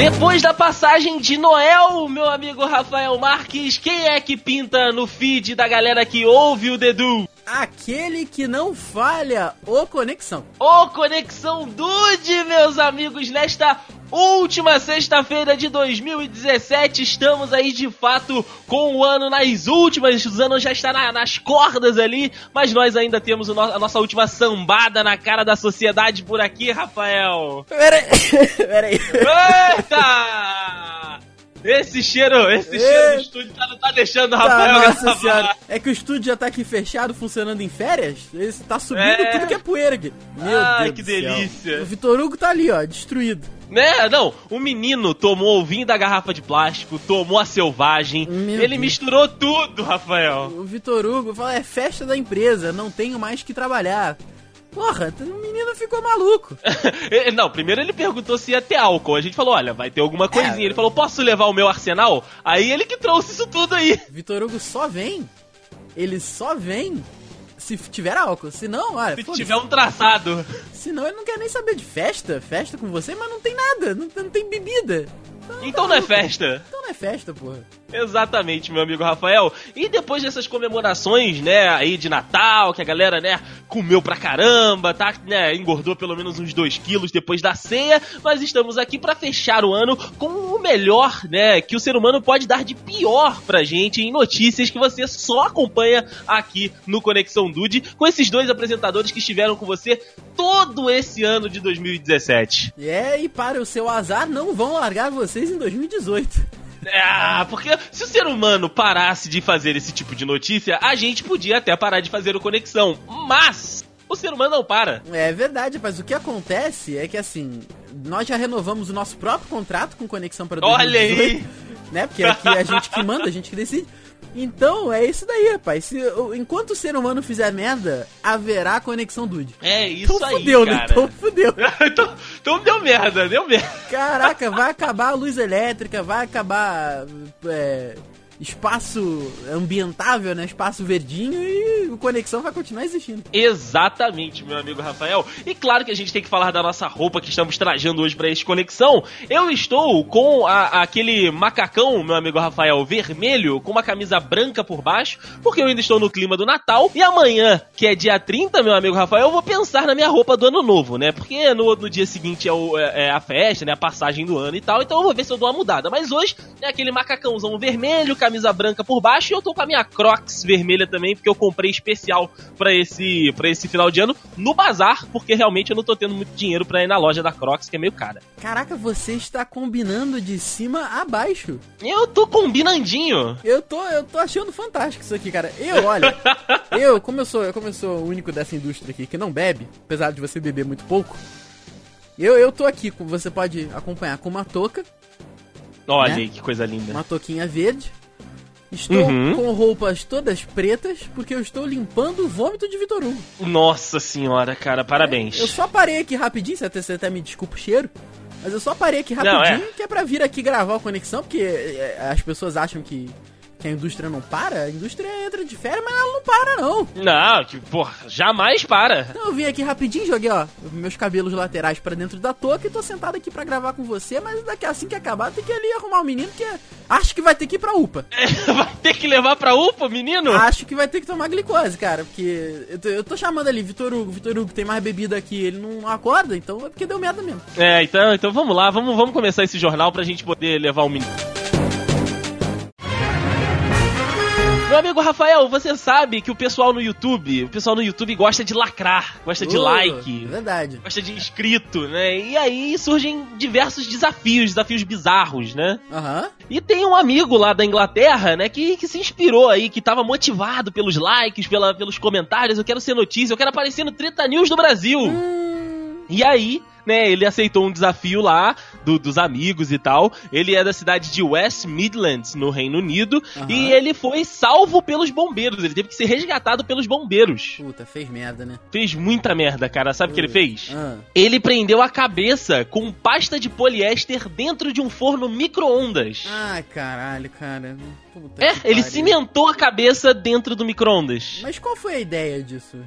Depois da passagem de Noel, meu amigo Rafael Marques, quem é que pinta no feed da galera que ouve o Dedu? Aquele que não falha, o Conexão. O Conexão Dude, meus amigos, nesta última sexta-feira de 2017, estamos aí de fato com o ano nas últimas, o ano já está nas cordas ali, mas nós ainda temos a nossa última sambada na cara da sociedade por aqui, Rafael. Peraí. Eita! Esse cheiro do estúdio não tá deixando o Rafael nossa senhora. É que o estúdio já tá aqui fechado, funcionando em férias. Ele tá subindo tudo que é poeira aqui. Meu Deus que delícia. O Vitor Hugo tá ali, ó, destruído. Né? Não, o menino tomou o vinho da garrafa de plástico, tomou a selvagem, ele misturou tudo, Rafael. O Vitor Hugo fala, é festa da empresa, não tenho mais que trabalhar. Porra, o menino ficou maluco. Não, primeiro ele perguntou se ia ter álcool. A gente falou, olha, vai ter alguma coisinha. Ele falou, posso levar o meu arsenal? Aí ele que trouxe isso tudo aí. Vitor Hugo ele só vem se tiver álcool. Se não, olha, se tiver um traçado. Senão ele não quer nem saber de festa com você, mas não tem nada, não tem bebida. Então não é festa. Então não é festa, porra. Exatamente, meu amigo Rafael. E depois dessas comemorações, né, aí de Natal, que a galera, né, comeu pra caramba, tá, né, engordou pelo menos uns 2 quilos depois da ceia, nós estamos aqui pra fechar o ano com o melhor, né, que o ser humano pode dar de pior pra gente em notícias que você só acompanha aqui no Conexão Dude, com esses 2 apresentadores que estiveram com você todo esse ano de 2017. E para o seu azar, não vão largar vocês em 2018. Porque se o ser humano parasse de fazer esse tipo de notícia, a gente podia até parar de fazer o Conexão. Mas o ser humano não para. É verdade, mas o que acontece é que, assim, nós já renovamos o nosso próprio contrato com Conexão para 2018. Olha aí! Né? Porque aqui é a gente que manda, a gente que decide. Então, é isso daí, rapaz. Enquanto o ser humano fizer merda, haverá Conexão Dude. É isso então, aí, fudeu, cara. Né? Então fudeu. então deu merda. Caraca, vai acabar a luz elétrica, vai acabar espaço ambientável, né? Espaço verdinho e o Conexão vai continuar existindo. Exatamente, meu amigo Rafael. E claro que a gente tem que falar da nossa roupa que estamos trajando hoje para este Conexão. Eu estou com aquele macacão, meu amigo Rafael, vermelho, com uma camisa branca por baixo, porque eu ainda estou no clima do Natal. E amanhã, que é dia 30, meu amigo Rafael, eu vou pensar na minha roupa do Ano Novo, né? Porque no dia seguinte é a festa, né? A passagem do ano e tal. Então eu vou ver se eu dou uma mudada. Mas hoje é aquele macacãozão vermelho, camisa branca por baixo, e eu tô com a minha Crocs vermelha também, porque eu comprei especial pra esse final de ano no bazar, porque realmente eu não tô tendo muito dinheiro pra ir na loja da Crocs, que é meio cara. Caraca, você está combinando de cima a baixo. Eu tô combinandinho. Eu tô achando fantástico isso aqui, cara. Como eu sou o único dessa indústria aqui que não bebe, apesar de você beber muito pouco, eu tô aqui, você pode acompanhar com uma touca. Olha aí, que coisa linda. Uma touquinha verde. Estou com roupas todas pretas, porque eu estou limpando o vômito de Vitor Hugo. Nossa senhora, cara, parabéns. Eu só parei aqui rapidinho, você até me desculpa o cheiro, mas eu só parei aqui rapidinho, que é pra vir aqui gravar o Conexão, porque as pessoas acham que a indústria não para. A indústria entra de férias, mas ela não para, não. Não, porra, jamais para. Então eu vim aqui rapidinho, joguei, meus cabelos laterais pra dentro da touca e tô sentado aqui pra gravar com você, mas assim que acabar, tem que ir ali arrumar o menino, que acho que vai ter que ir pra UPA. Vai ter que levar pra UPA, menino? Acho que vai ter que tomar glicose, cara, porque eu tô chamando ali Vitor Hugo tem mais bebida aqui, ele não acorda, então é porque deu merda mesmo. Então vamos lá, vamos começar esse jornal pra gente poder levar o menino. Meu amigo Rafael, você sabe que o pessoal no YouTube gosta de lacrar, gosta de like, verdade. Gosta de inscrito, né? E aí surgem diversos desafios bizarros, né? E tem um amigo lá da Inglaterra, né, que se inspirou aí, que tava motivado pelos likes, pelos comentários, eu quero ser notícia, eu quero aparecer no Treta News do Brasil. E aí, né, ele aceitou um desafio lá dos amigos e tal. Ele é da cidade de West Midlands, no Reino Unido, e ele foi salvo pelos bombeiros. Ele teve que ser resgatado pelos bombeiros. Puta, fez merda, né? Fez muita merda, cara. Sabe o que ele fez? Ele prendeu a cabeça com pasta de poliéster dentro de um forno micro-ondas. Ai, caralho, cara. Puta ele cimentou a cabeça dentro do micro-ondas. Mas qual foi a ideia disso?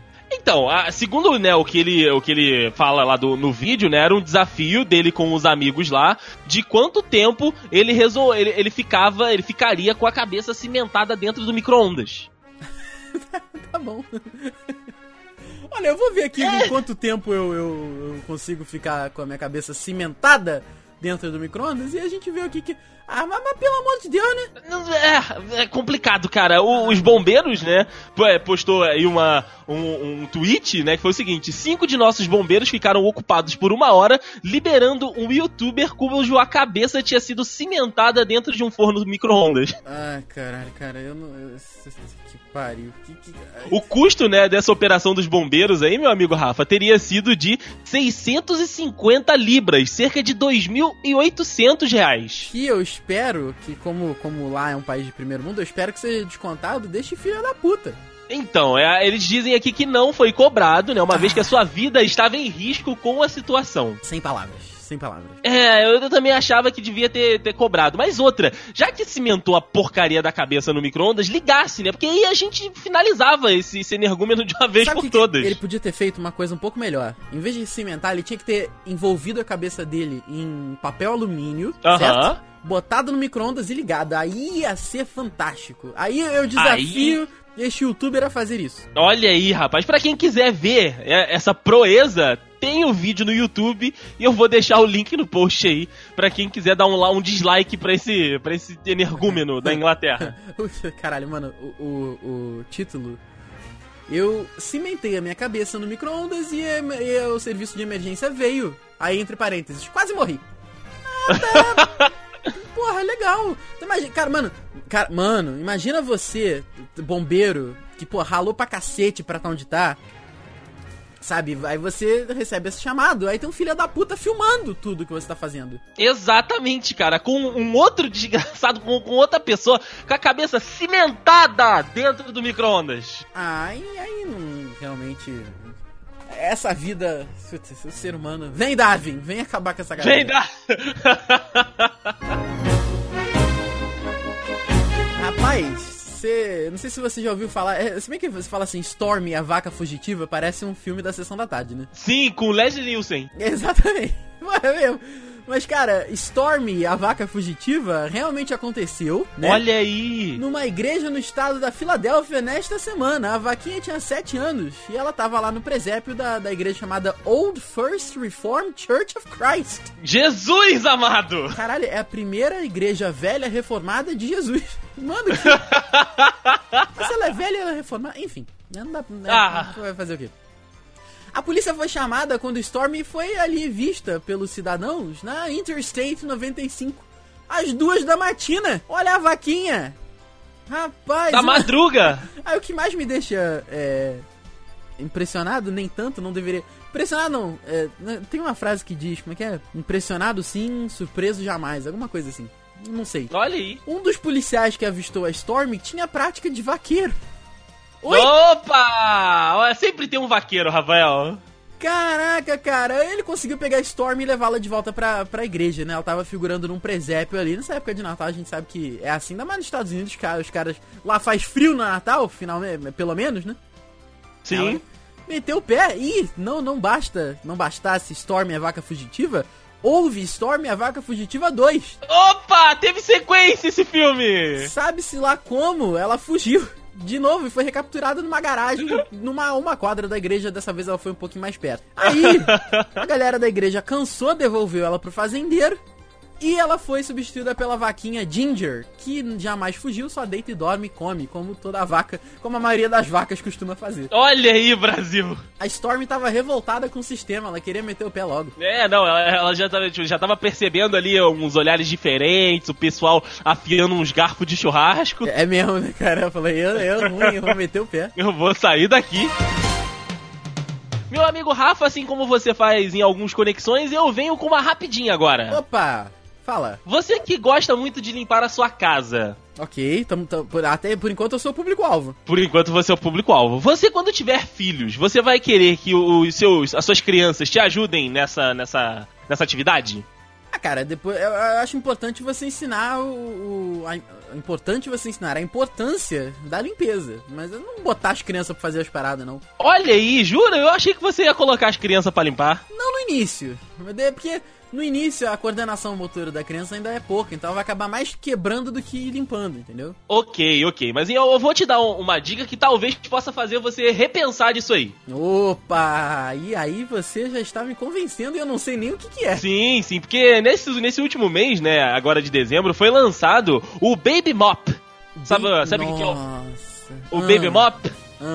Então, segundo, né, o que ele fala lá no vídeo, né, era um desafio dele com os amigos lá, de quanto tempo ele ficaria com a cabeça cimentada dentro do micro-ondas. Tá bom. Olha, eu vou ver aqui em quanto tempo eu consigo ficar com a minha cabeça cimentada dentro do micro-ondas e a gente vê aqui que... Ah, mas pelo amor de Deus, né? É complicado, cara. Os bombeiros, né, postou aí um tweet, né, que foi o seguinte: 5 de nossos bombeiros ficaram ocupados por 1 hora liberando um youtuber cuja cabeça tinha sido cimentada dentro de um forno do micro-ondas. Ah, caralho, cara, que pariu. O custo, né, dessa operação dos bombeiros aí, meu amigo Rafa, teria sido de 650 libras, cerca de R$2.800. Que eu espero que, como lá é um país de primeiro mundo, eu espero que seja descontado deste filho da puta. Então, eles dizem aqui que não foi cobrado, né, uma vez que a sua vida estava em risco com a situação. Sem palavras. Eu também achava que devia ter cobrado. Mas outra, já que cimentou a porcaria da cabeça no micro-ondas, ligasse, né? Porque aí a gente finalizava esse energúmeno de uma vez por todas. Ele podia ter feito uma coisa um pouco melhor. Em vez de cimentar, ele tinha que ter envolvido a cabeça dele em papel alumínio, certo? Botado no micro-ondas e ligado. Aí ia ser fantástico. Aí eu desafio este youtuber a fazer isso. Olha aí, rapaz. Pra quem quiser ver essa proeza, tem o vídeo no YouTube e eu vou deixar o link no post aí pra quem quiser dar um dislike pra esse energúmeno da Inglaterra. Caralho, mano, o título... Eu cimentei a minha cabeça no micro-ondas e o serviço de emergência veio. Aí, entre parênteses, quase morri. Porra, legal. Imagina, mano, imagina você, bombeiro, que, pô, ralou pra cacete pra tá onde tá. Sabe, aí você recebe esse chamado, aí tem um filho da puta filmando tudo que você tá fazendo. Exatamente, cara, com um outro desgraçado, com outra pessoa, com a cabeça cimentada dentro do micro-ondas. Aí não, realmente... Essa vida, o ser humano... Vem, Darwin, vem acabar com essa galera. Vem, Darwin! Rapaz... Não sei se você já ouviu falar... Se bem que você fala assim, Stormy, a vaca fugitiva, parece um filme da Sessão da Tarde, né? Sim, com Leslie Nielsen. Exatamente. É mesmo. Mas, cara, Stormy, a vaca fugitiva, realmente aconteceu, né? Olha aí! Numa igreja no estado da Filadélfia nesta semana. A vaquinha tinha 7 anos e ela tava lá no presépio da igreja chamada Old First Reformed Church of Christ. Jesus amado! Caralho, é a primeira igreja velha reformada de Jesus. Mano, se ela é velha, ela é reformada... Enfim, não dá... Vai fazer o quê? A polícia foi chamada quando Stormy foi ali vista pelos cidadãos na Interstate 95, às 2 da matina. Olha a vaquinha. Rapaz... Da madruga. Aí o que mais me deixa impressionado, nem tanto, não deveria... Impressionado não, tem uma frase que diz, como é que é? Impressionado sim, surpreso jamais, alguma coisa assim. Não sei. Olha aí. Um dos policiais que avistou a Stormy tinha prática de vaqueiro. Oi? Opa! Olha, sempre tem um vaqueiro, Rafael. Caraca, cara, ele conseguiu pegar a Stormy e levá-la de volta pra igreja, né? Ela tava figurando num presépio ali. Nessa época de Natal a gente sabe que é assim, ainda mais nos Estados Unidos, os caras... Lá faz frio no Natal, finalmente, pelo menos, né? Sim. Ela meteu o pé e não bastasse Stormy, a vaca fugitiva... Houve Stormy, a Vaca Fugitiva 2. Opa, teve sequência esse filme. Sabe-se lá como ela fugiu de novo e foi recapturada numa garagem, uma quadra da igreja. Dessa vez ela foi um pouquinho mais perto. Aí, a galera da igreja cansou, devolveu ela pro fazendeiro. E ela foi substituída pela vaquinha Ginger, que jamais fugiu, só deita e dorme e come, como toda vaca, como a maioria das vacas costuma fazer. Olha aí, Brasil! A Stormy tava revoltada com o sistema, ela queria meter o pé logo. Ela já tava percebendo ali uns olhares diferentes, o pessoal afiando uns garfos de churrasco. É mesmo, né, cara? Eu falei, eu vou meter o pé. Eu vou sair daqui. Meu amigo Rafa, assim como você faz em algumas conexões, eu venho com uma rapidinha agora. Opa! Fala. Você que gosta muito de limpar a sua casa. Ok, até por enquanto eu sou o público-alvo. Por enquanto você é o público-alvo. Você, quando tiver filhos, você vai querer que as suas crianças te ajudem nessa atividade? Cara, depois eu acho importante você ensinar importante você ensinar a importância da limpeza. Mas eu não botar as crianças pra fazer as paradas, não. Olha aí, jura? Eu achei que você ia colocar as crianças pra limpar. Não no início. Porque no início a coordenação motora da criança ainda é pouca, então ela vai acabar mais quebrando do que limpando, entendeu? Ok. Mas eu vou te dar uma dica que talvez possa fazer você repensar disso aí. Opa! E aí você já está me convencendo e eu não sei nem o que é. Sim, porque nesse último mês, né, agora de dezembro, foi lançado o Baby Mop. Sabe o que é o Baby Mop?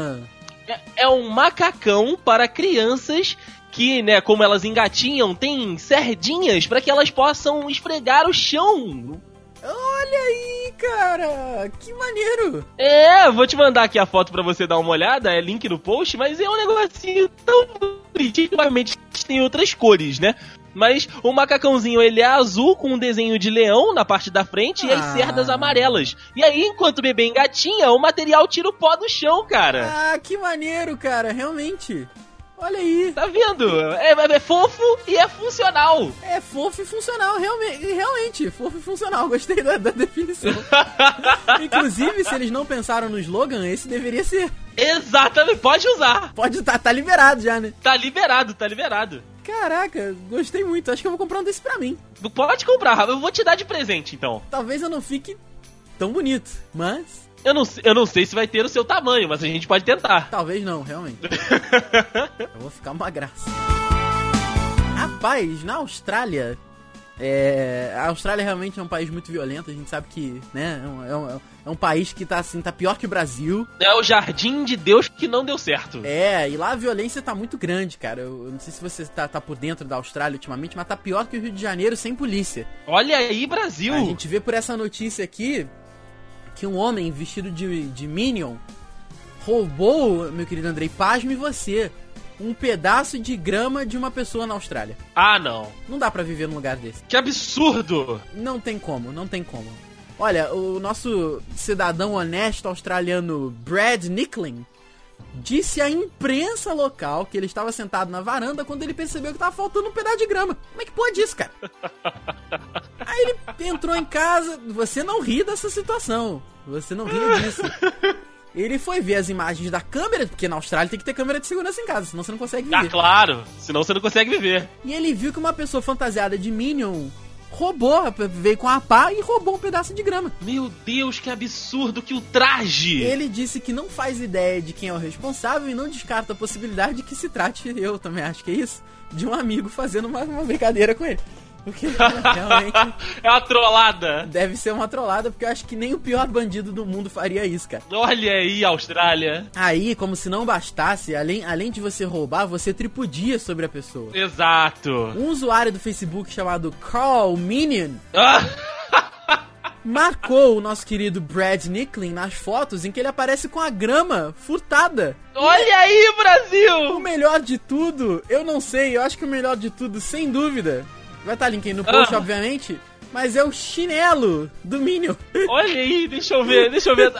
É um macacão para crianças que, né, como elas engatinham, tem cerdinhas para que elas possam esfregar o chão. Olha aí, cara! Que maneiro! Vou te mandar aqui a foto pra você dar uma olhada, é link no post, mas é um negocinho tão bonitinho, obviamente tem outras cores, né? Mas o macacãozinho, ele é azul com um desenho de leão na parte da frente e as cerdas amarelas. E aí, enquanto o bebê engatinha, o material tira o pó do chão, cara. Ah, que maneiro, cara, realmente. Olha aí. Tá vendo? É fofo e é funcional. É fofo e funcional, realmente. Fofo e funcional, gostei da definição. Inclusive, se eles não pensaram no slogan, esse deveria ser. Exatamente, pode usar. Pode, tá liberado já, né? Tá liberado. Caraca, gostei muito. Acho que eu vou comprar um desse pra mim. Pode comprar, eu vou te dar de presente, então. Talvez eu não fique tão bonito, mas... Eu não sei se vai ter o seu tamanho, mas a gente pode tentar. Talvez não, realmente. Eu vou ficar uma graça. Rapaz, na Austrália... A Austrália realmente é um país muito violento. A gente sabe que, né, é um país que tá pior que o Brasil. É o jardim de Deus que não deu certo. E lá a violência tá muito grande, cara. Eu não sei se você tá por dentro da Austrália ultimamente, mas tá pior que o Rio de Janeiro sem polícia. Olha aí, Brasil. A gente vê por essa notícia aqui que um homem vestido de Minion roubou, meu querido Andrei, pasme você, um pedaço de grama de uma pessoa na Austrália. Ah, não. Não dá pra viver num lugar desse. Que absurdo. Não tem como. Olha, o nosso cidadão honesto australiano Brad Nicklin disse à imprensa local que ele estava sentado na varanda quando ele percebeu que tava faltando um pedaço de grama. Como é que pode isso, cara? Aí ele entrou em casa. Você não ri dessa situação. Você não ri disso. Ele foi ver as imagens da câmera, porque na Austrália tem que ter câmera de segurança em casa, senão você não consegue viver. Ah, claro, senão você não consegue viver. E ele viu que uma pessoa fantasiada de Minion veio com a pá e roubou um pedaço de grama. Meu Deus, que absurdo, que ultraje! Ele disse que não faz ideia de quem é o responsável e não descarta a possibilidade de que se trate, eu também acho que é isso, de um amigo fazendo uma brincadeira com ele. Porque realmente... É uma trollada. Deve ser uma trollada, porque eu acho que nem o pior bandido do mundo faria isso, cara. Olha aí, Austrália. Aí, como se não bastasse, além de você roubar, você tripudia sobre a pessoa. Exato. Um usuário do Facebook chamado Carl Minion marcou o nosso querido Brad Nicklin nas fotos em que ele aparece com a grama furtada. Olha aí, Brasil! O melhor de tudo, eu não sei, eu acho que o melhor de tudo, sem dúvida... Vai estar link aí no post, obviamente. Mas é o chinelo do Minion. Olha aí, deixa eu ver.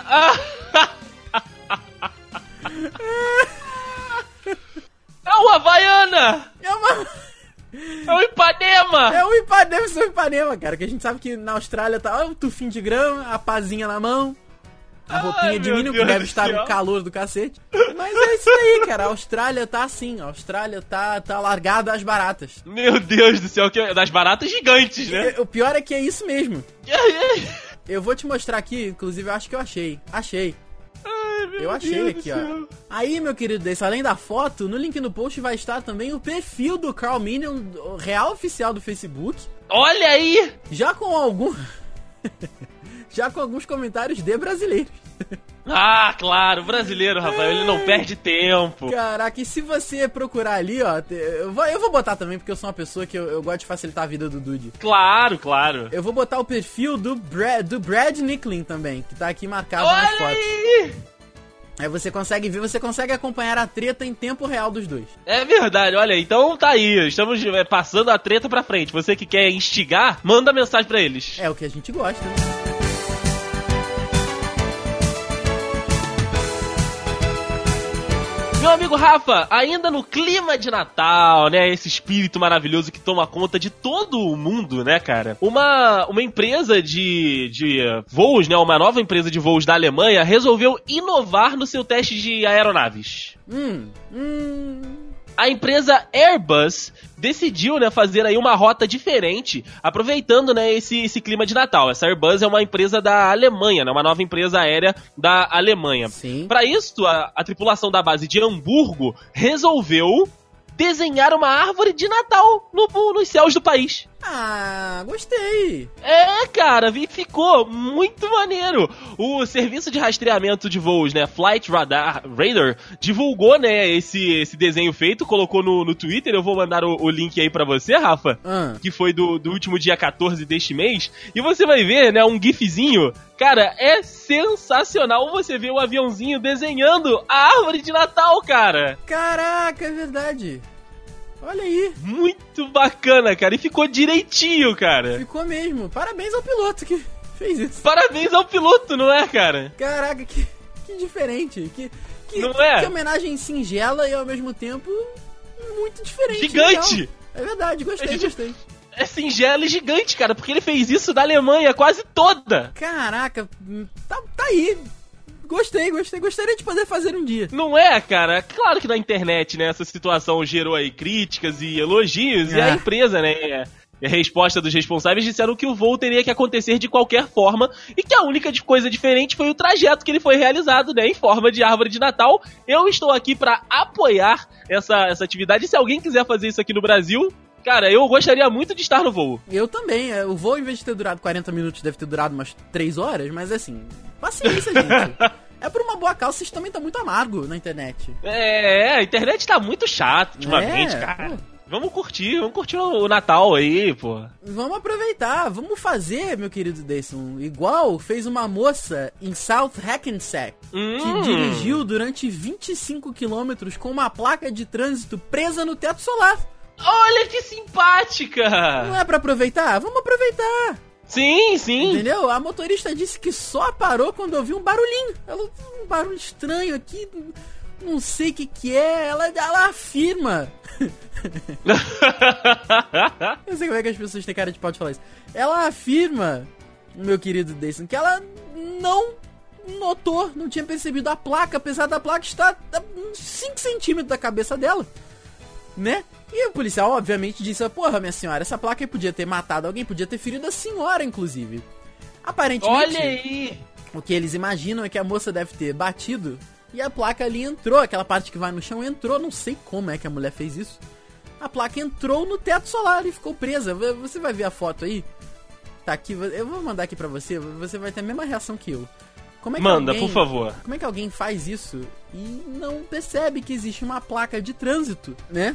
É uma Havaiana! É um Ipanema! Deve ser um Ipanema, cara. Que a gente sabe que na Austrália tá o tufinho de grama, a pazinha na mão, a roupinha de Minion, que deve estar no calor do cacete. Mas é isso aí, cara. A Austrália tá assim. A Austrália tá largada às baratas. Meu Deus do céu, das baratas gigantes, né? O pior é que é isso mesmo. Eu vou te mostrar aqui, inclusive eu acho que eu achei. Eu achei aqui, ó. Aí, meu querido Deis, além da foto, no link no post vai estar também o perfil do Carl Minion, o real oficial do Facebook. Olha aí! Já com alguns comentários de brasileiros. Ah, claro, brasileiro, Rafael, ele não perde tempo. Caraca, e se você procurar ali, ó, eu vou botar também, porque eu sou uma pessoa que eu gosto de facilitar a vida do Dude. Claro. Eu vou botar o perfil do Brad Nicklin também, que tá aqui marcado Olha nas fotos. Aí! Aí você consegue ver, você consegue acompanhar a treta em tempo real dos dois. É verdade, olha aí, então tá aí, estamos passando a treta pra frente. Você que quer instigar, manda mensagem pra eles. É o que a gente gosta, né? Meu amigo Rafa, ainda no clima de Natal, né, esse espírito maravilhoso que toma conta de todo o mundo, né, cara? Uma empresa de voos, né, uma nova empresa de voos da Alemanha resolveu inovar no seu teste de aeronaves. A empresa Airbus decidiu, né, fazer aí uma rota diferente, aproveitando, né, esse clima de Natal. Essa Airbus é uma empresa da Alemanha, né, uma nova empresa aérea da Alemanha. Sim. Para isso, a tripulação da base de Hamburgo resolveu desenhar uma árvore de Natal nos céus do país. Ah, gostei. É, cara, ficou muito maneiro. O serviço de rastreamento de voos, né, Flight Radar divulgou, né, esse desenho feito, colocou no Twitter. Eu vou mandar o link aí pra você, Rafa, que foi do último dia 14 deste mês. E você vai ver, né, um gifzinho. Cara, é sensacional você ver o aviãozinho desenhando a árvore de Natal, cara. Caraca, é verdade. Olha aí. Muito bacana, cara. E ficou direitinho, cara. Ficou mesmo. Parabéns ao piloto que fez isso. Parabéns ao piloto, não é, cara? Caraca, que diferente. Não é? Que homenagem singela e ao mesmo tempo muito diferente. Gigante! Legal. É verdade, gostei. É singelo e gigante, cara, porque ele fez isso da Alemanha quase toda. Caraca, tá aí. Gostei. Gostaria de poder fazer um dia. Não é, cara? Claro que na internet, né, essa situação gerou aí críticas e elogios, e a empresa, né, a resposta dos responsáveis disseram que o voo teria que acontecer de qualquer forma e que a única coisa diferente foi o trajeto que ele foi realizado, né, em forma de árvore de Natal. Eu estou aqui pra apoiar essa atividade. Se alguém quiser fazer isso aqui no Brasil, cara, eu gostaria muito de estar no voo. Eu também. O voo, em vez de ter durado 40 minutos, deve ter durado umas 3 horas, mas assim, paciência, gente. É por uma boa causa, vocês também estão muito amargo na internet. A internet tá muito chata ultimamente, cara. Pô. Vamos curtir o Natal aí, pô. Vamos aproveitar, vamos fazer, meu querido Dayson, igual fez uma moça em South Hackensack, que dirigiu durante 25 quilômetros com uma placa de trânsito presa no teto solar. Olha que simpática! Não é pra aproveitar? Vamos aproveitar! Sim. Entendeu? A motorista disse que só parou quando ouviu um barulhinho. Um barulho estranho aqui, não sei o que é. Ela afirma. Eu sei como é que as pessoas têm cara de pau de falar isso. Ela afirma, meu querido Dayson, que ela não notou, não tinha percebido a placa, apesar da placa estar a 5 centímetros da cabeça dela, né? E o policial, obviamente, disse: porra, minha senhora, essa placa aí podia ter matado alguém, podia ter ferido a senhora, inclusive. Aparentemente, olha aí! O que eles imaginam é que a moça deve ter batido e a placa ali entrou, aquela parte que vai no chão entrou, não sei como é que a mulher fez isso. A placa entrou no teto solar e ficou presa. Você vai ver a foto aí. Tá aqui, eu vou mandar aqui pra você, você vai ter a mesma reação que eu. Como é que manda, por favor. Como é que alguém faz isso e não percebe que existe uma placa de trânsito, né?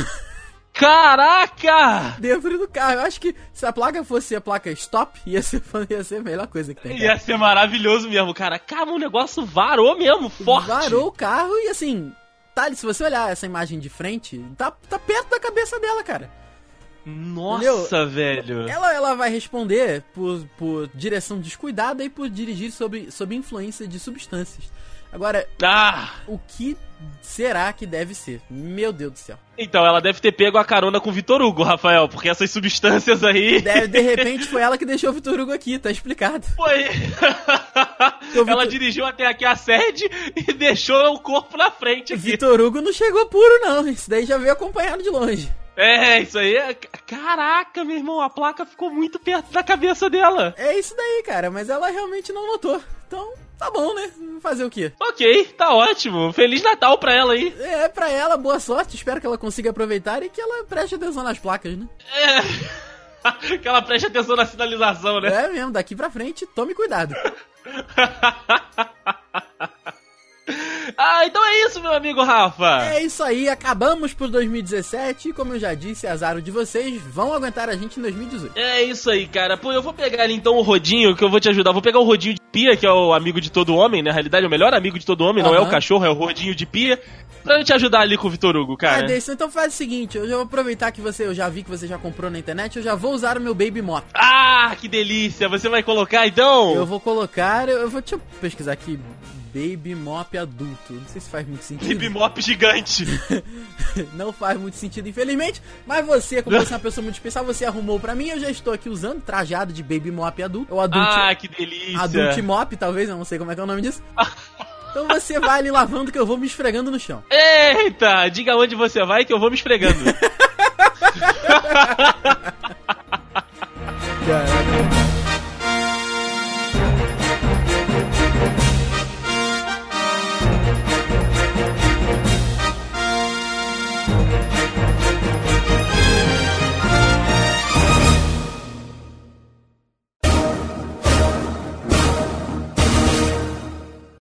Caraca! Dentro do carro. Eu acho que se a placa fosse a placa stop, ia ser a melhor coisa que tem. Cara. Ia ser maravilhoso mesmo, cara. Cara, o negócio varou mesmo, forte. Varou o carro e assim, tá, se você olhar essa imagem de frente, tá perto da cabeça dela, cara. Nossa, entendeu? Velho. Ela vai responder por direção descuidada e por dirigir sob influência de substâncias. Agora, o que será que deve ser? Meu Deus do céu. Então, ela deve ter pego a carona com o Vitor Hugo, Rafael, porque essas substâncias aí... De repente foi ela que deixou o Vitor Hugo aqui, tá explicado. Foi. Ela dirigiu até aqui a sede e deixou o corpo na frente aqui. Vitor Hugo não chegou puro, não. Isso daí já veio acompanhado de longe. Isso aí é... Caraca, meu irmão, a placa ficou muito perto da cabeça dela. É isso daí, cara, mas ela realmente não notou. Então, tá bom, né? Fazer o quê? Ok, tá ótimo. Feliz Natal pra ela aí. Pra ela, boa sorte. Espero que ela consiga aproveitar e que ela preste atenção nas placas, né? Que ela preste atenção na sinalização, né? É mesmo, daqui pra frente, tome cuidado. Então é isso, meu amigo Rafa. É isso aí, acabamos por 2017 e como eu já disse, azar de vocês, vão aguentar a gente em 2018. É isso aí, cara. Pô, eu vou pegar ali então o Rodinho, que eu vou te ajudar. Vou pegar o Rodinho de Pia, que é o amigo de todo homem, na realidade é o melhor amigo de todo homem, não é o cachorro, é o Rodinho de Pia, pra eu te ajudar ali com o Vitor Hugo, cara. Então faz o seguinte, eu já vou aproveitar que eu já vi que você já comprou na internet, eu já vou usar o meu Baby Moto. Que delícia, você vai colocar então? Eu vou colocar, deixa eu pesquisar aqui, Baby Mop adulto. Não sei se faz muito sentido. Baby Mop gigante. Não faz muito sentido, infelizmente. Mas você, como você é uma pessoa muito especial, você arrumou pra mim. Eu já estou aqui usando, trajado de Baby Mop adulto. Ou adulto. Ah, que delícia. Adult Mop, talvez, eu não sei como é que é o nome disso. Então você vai ali lavando que eu vou me esfregando no chão. Eita, diga onde você vai que eu vou me esfregando.